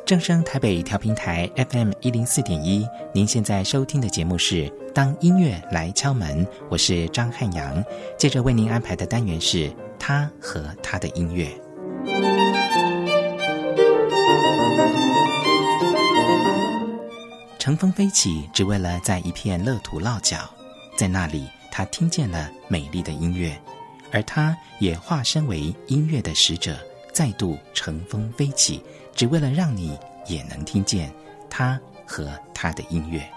正声台北调频台 FM104.1，您现在收听的节目是当音乐来敲门，我是张汉阳。接着为您安排的单元是他和他的音乐。乘风飞起，只为了在一片乐土落脚，在那里他听见了美丽的音乐，而他也化身为音乐的使者，再度乘风飞起，只为了让你也能听见他和他的音乐。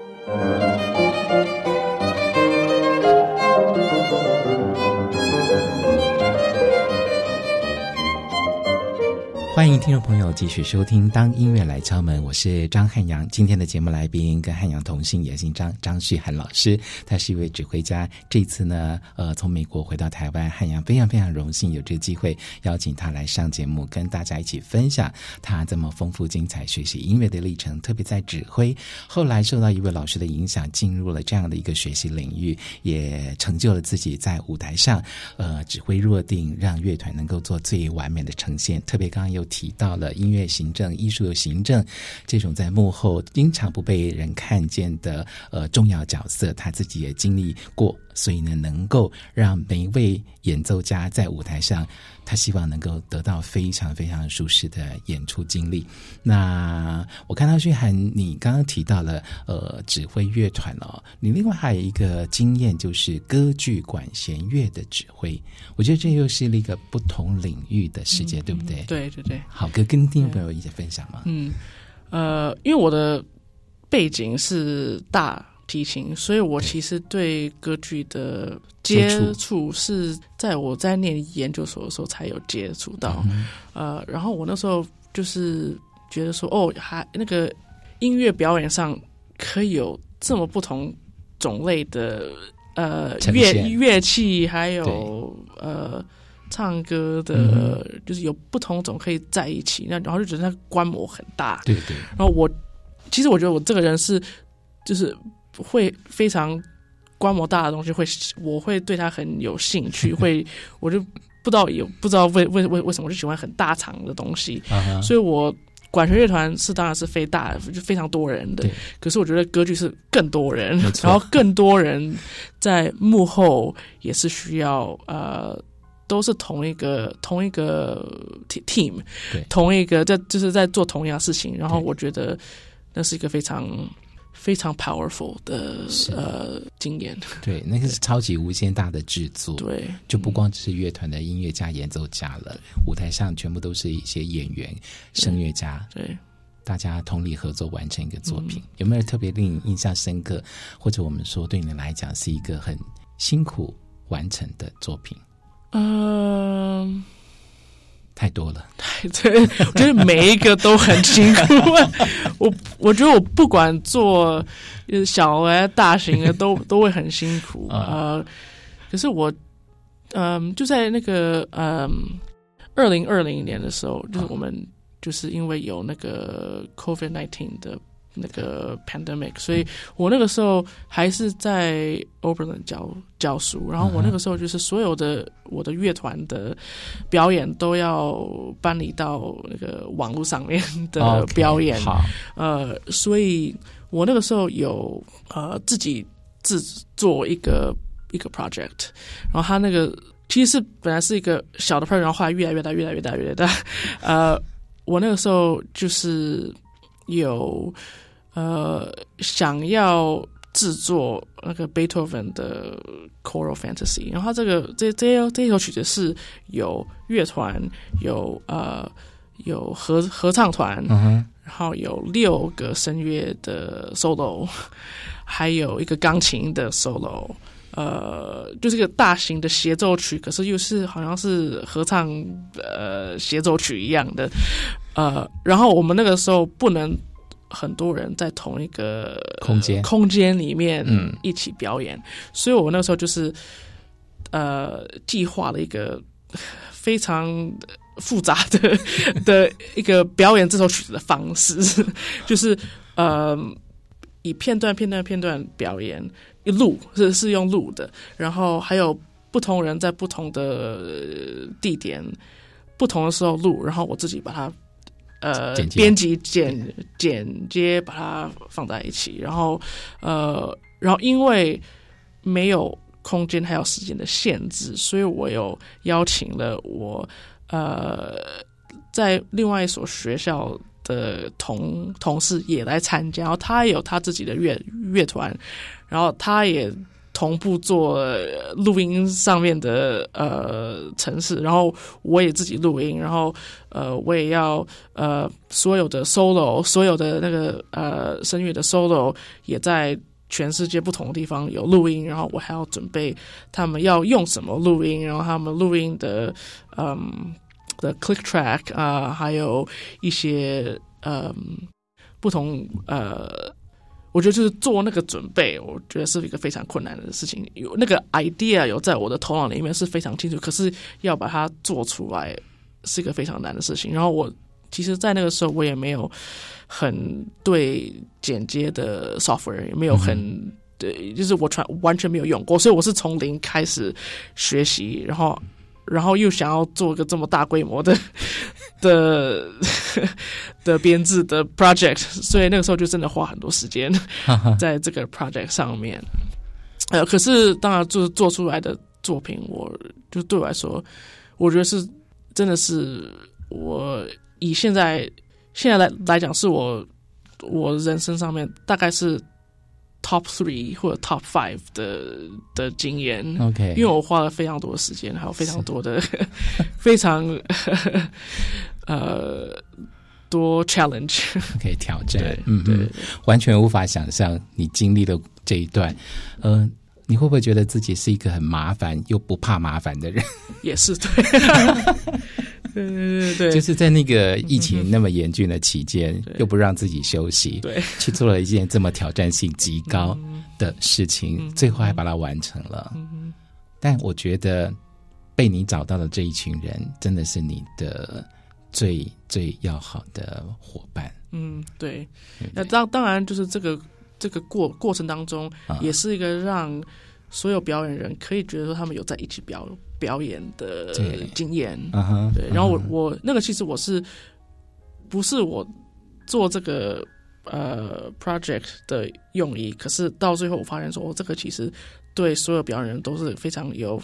欢迎听众朋友继续收听当音乐来敲门，我是张汉阳。今天的节目来宾跟汉阳同姓，也姓张旭涵老师，他是一位指挥家。这次呢从美国回到台湾，汉阳非常非常荣幸有这个机会邀请他来上节目，跟大家一起分享他这么丰富精彩学习音乐的历程，特别在指挥，后来受到一位老师的影响，进入了这样的一个学习领域，也成就了自己在舞台上指挥若定，让乐团能够做最完美的呈现。特别刚刚又提到了音乐行政、艺术行政这种在幕后经常不被人看见的重要角色，他自己也经历过，所以呢能够让每一位演奏家在舞台上，他希望能够得到非常非常舒适的演出经历。那我看到旭涵你刚刚提到了指挥乐团哦，你另外还有一个经验就是歌剧管弦乐的指挥，我觉得这又是一个不同领域的世界，对不对？ 对对对。 好，跟听众朋友一起分享吗？ 因为我的背景是大提琴，所以我其实对歌剧的接触是在我在念研究所的时候才有接触到。然后我那时候就是觉得说，还那个音乐表演上可以有这么不同种类的乐器，还有唱歌的，就是有不同种可以在一起，然后就觉得那观摩很大。对对。然后其实我觉得我这个人是就是会非常观摩大的东西，我会对它很有兴趣，我就不知道为什么我就喜欢很大场的东西，所以我管弦乐团当然是非常多人的，可是我觉得歌剧是更多人，然后更多人在幕后也是需要都是同一个 team， 同一个就是在做同样的事情，然后我觉得那是一个非常非常 powerful 的经验。对，那个是超级无限大的制作，对，就不光只是乐团的音乐家、演奏家了，舞台上全部都是一些演员、声乐家，对，大家通力合作完成一个作品。有没有特别令你印象深刻，或者我们说对你来讲是一个很辛苦完成的作品？太多了，对，我觉得每一个都很辛苦。我觉得我不管做小的大型的都会很辛苦。可是我就在那个2020年的时候，就是我们就是因为有那个 COVID-19 的那个 pandemic， 所以我那个时候还是在 Oberlin 教书，然后我那个时候就是所有的我的乐团的表演都要搬离到那个网络上面的表演。所以我那个时候有自己制作一个 project， 然后他那个其实是本来是一个小的 project， 然后后来越来越大。我那个时候就是有想要制作那个贝多芬的 Choral Fantasy， 然后这一首曲子是有乐团，有合唱团，然后有6个声乐的 solo， 还有一个钢琴的 solo， 就是一个大型的协奏曲，可是又是好像是合唱协奏曲一样的，然后我们那个时候不能很多人在同一个空间里面一起表演，所以我那时候就是计划了一个非常复杂的一个表演这首曲子的方式，就是以片段表演，一录是用录的，然后还有不同人在不同的地点不同的时候录，然后我自己把它编辑剪接把它放在一起，然后因为没有空间还有时间的限制，所以我有邀请了我在另外一所学校的同事也来参加，然后他也有他自己的乐团，然后他也同步做录音上面的程式，然后我也自己录音，然后我也要所有的 solo， 所有的那个声乐的 solo 也在全世界不同的地方有录音，然后我还要准备他们要用什么录音，然后他们录音的的 click track 还有一些不同我觉得就是做那个准备，我觉得是一个非常困难的事情。有那个 idea 有在我的头脑里面是非常清楚，可是要把它做出来是一个非常难的事情。然后我其实在那个时候我也没有很对剪接的 software 也没有很对，就是我完全没有用过，所以我是从零开始学习，然后又想要做一个这么大规模的编制的 project， 所以那个时候就真的花很多时间在这个 project 上面。可是当然就是做出来的作品，我就对我来说，我觉得是真的是我以现在来讲，是我人生上面大概是 top 3或者 top 5的经验。 OK， 因为我花了非常多的时间，还有非常多的非常多 challenge 可以挑战。 对， 完全无法想象你经历了这一段。你会不会觉得自己是一个很麻烦又不怕麻烦的人？ 也是，对，对， 就是在那个疫情那么严峻的期间，又不让自己休息， 对， 去做了一件这么挑战性极高的事情，最后还把它完成了。但我觉得被你找到的这一群人，真的是你的最最要好的伙伴。 对。那当然就是这个过程当中，也是一个让所有表演人可以觉得说他们有在一起表演的经验。对，然后我那个其实不是我做这个project 的用意，可是到最后我发现说，这个其实对所有表演人都是非常有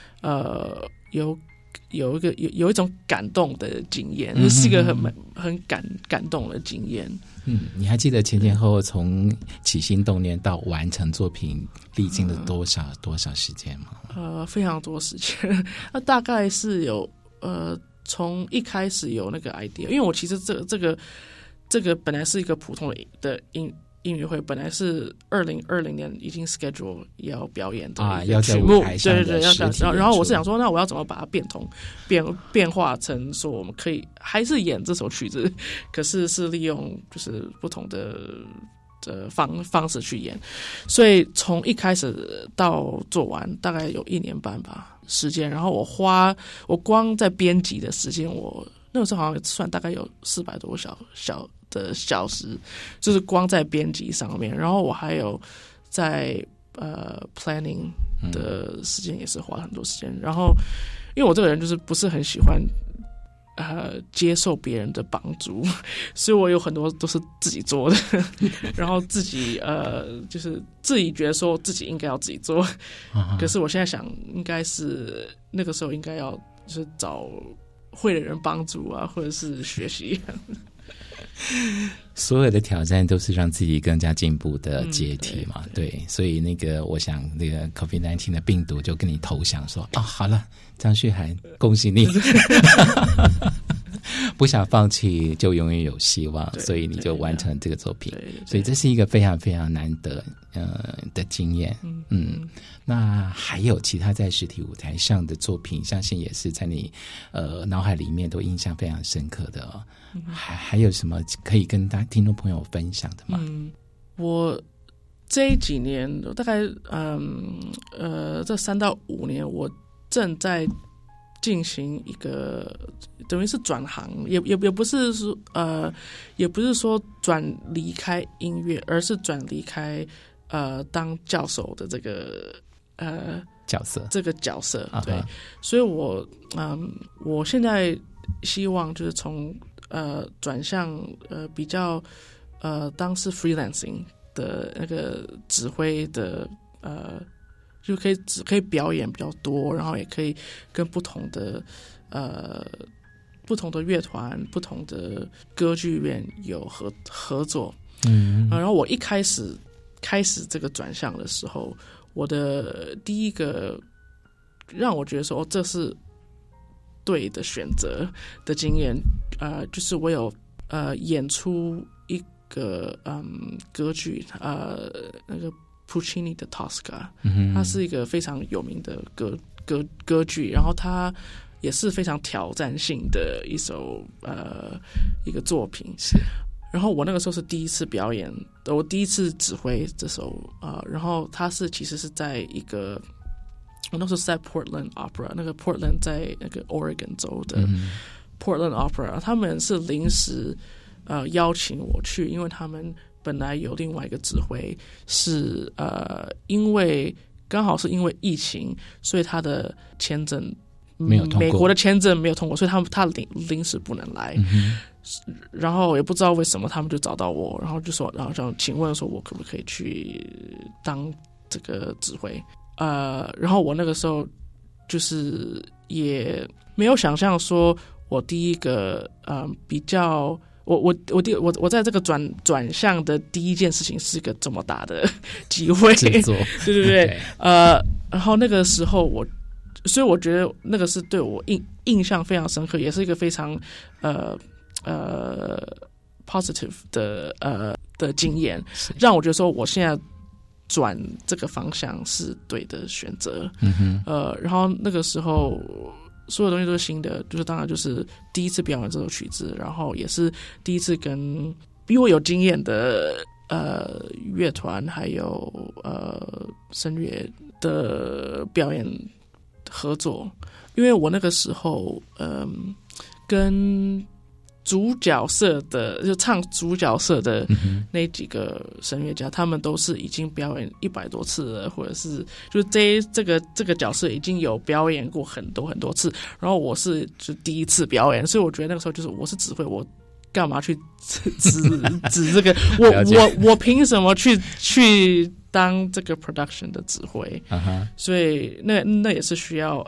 一种感动的经验，是一个很感动的经验。 你还记得前后从起心动念到完成作品历经了多少时间吗？ 非常多时间。那大概是有从一开始有那个 idea， 因为我其实这个本来是一个普通的音乐会，本来是2020年已经 schedule 要表演的一个曲目，对，要然后我是想说，那我要怎么把它变化成说我们可以还是演这首曲子，可是利用就是不同的方式去演，所以从一开始到做完大概有1年半吧时间，然后我光在编辑的时间，我那个时候好像算大概有400多小时，就是光在编辑上面，然后我还有在planning 的时间也是花了很多时间，然后因为我这个人就是不是很喜欢接受别人的帮助，所以我有很多都是自己做的然后自己就是自己觉得说自己应该要自己做，可是我现在想应该是那个时候应该要就是找会的人帮助啊，或者是学习所有的挑战都是让自己更加进步的阶梯嘛。对，所以那个我想那个 COVID-19 的病毒就跟你投降说好了，张旭涵，恭喜你不想放弃就永远有希望，所以你就完成这个作品。所以这是一个非常非常难得的经验。那还有其他在实体舞台上的作品，相信也是在你脑海里面都印象非常深刻的还有什么可以跟听众朋友分享的吗？ 我这几年大概这3到5年，我正在进行一个等于是转行，也不是说也不是说转离开音乐，而是转离开当教授的这个角色， 对，所以我现在希望就是从转向比较当是 freelancing 的那个指挥的就可以表演比较多，然后也可以跟不同的乐团、不同的歌剧院有合作。然后我一开始这个转向的时候，我的第一个让我觉得说这是对的选择的经验，就是我有演出一个歌剧，那个 Puccini 的 Tosca，它是一个非常有名的歌剧，然后它也是非常挑战性的一个作品。然后我那个时候是第一次表演，我第一次指挥这首然后它其实是在一个，我那时候是在 Portland Opera， 那个 Portland 在那个 Oregon 州的 Portland Opera， 他们是临时邀请我去，因为他们本来有另外一个指挥是因为刚好是因为疫情，所以他的签证没有通过， 美国的签证没有通过，所以他临时不能来。然后也不知道为什么他们就找到我，然后就说，然后就请问说我可不可以去当这个指挥？然后我那个时候就是也没有想象说我第一个比较我在这个转向的第一件事情是一个这么大的机会， 制作对对对，然后那个时候所以我觉得那个是对我印象非常深刻，也是一个非常positive 的经验，让我觉得说我现在转这个方向是对的选择。然后那个时候所有东西都是新的，就是当然就是第一次表演这首曲子，然后也是第一次跟比我有经验的乐团还有声乐的表演合作，因为我那个时候跟主角色的就唱主角色的那几个声乐家，他们都是已经表演100多次了，或者是就是这个角色已经有表演过很多很多次，然后我是就第一次表演，所以我觉得那个时候就是我是指挥，我干嘛去指这个我凭什么去当这个 production 的指挥？所以那也是需要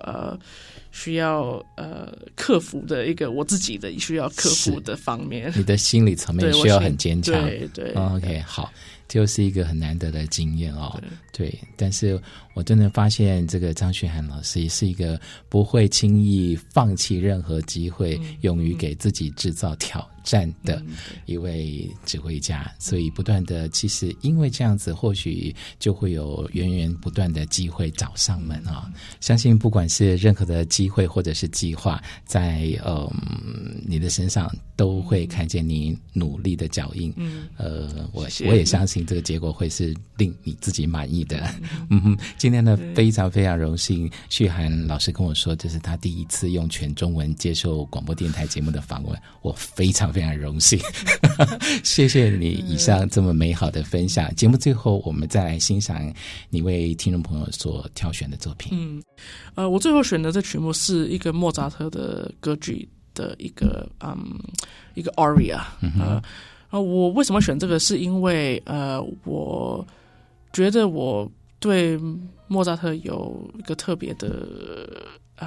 克服的一个我自己的需要克服的方面， 你的心理层面需要很坚强。 对 ，OK， 好，就是一个很难得的经验哦。对，但是我真的发现这个张旭涵老师也是一个不会轻易放弃任何机会，勇于给自己制造挑战的一位指挥家，所以不断的，其实因为这样子，或许就会有源源不断的机会找上门啊。相信不管是任何的机会或者是计划，在你的身上都会看见你努力的脚印。我也相信这个结果会是令你自己满意的。今天呢，非常非常荣幸，旭涵老师跟我说，这是他第一次用全中文接受广播电台节目的访问，我非常非常荣幸。谢谢你以上这么美好的分享。节目最后，我们再来欣赏你为听众朋友所挑选的作品。 我最后选的这曲目是一个莫扎特的歌剧的一个 aria。我为什么选这个？是因为我觉得我对莫扎特有一个特别的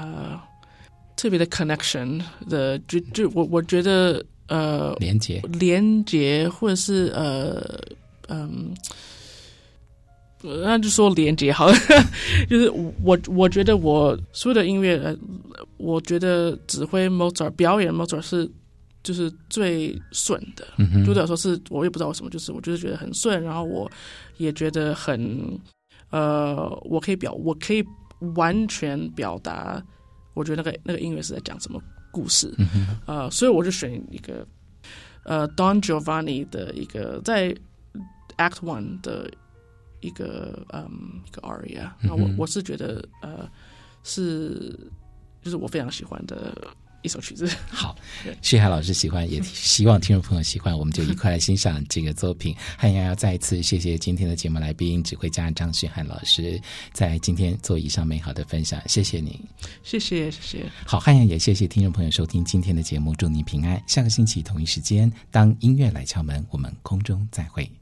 connection 的，就我觉得连结或者是那就说连结好了。就是我觉得我所有的音乐我觉得指挥 Mozart 表演 Mozart 是就是最顺的，就对我说是，我也不知道为什么，就是我就是觉得很顺，然后我也觉得很我可以完全表达，我觉得那个音乐是在讲什么故事。所以我就选一个Don Giovanni 的一个在 Act 1的一个 aria。我是觉得是就是我非常喜欢的一首曲子。 好，旭海老师喜欢，也希望听众朋友喜欢，我们就一块来欣赏这个作品。汉阳要再一次谢谢今天的节目来宾指挥家张旭海老师在今天做以上美好的分享，谢谢你。 谢谢。 好，汉阳也谢谢听众朋友收听今天的节目，祝您平安。下个星期同一时间，当音乐来敲门，我们空中再会。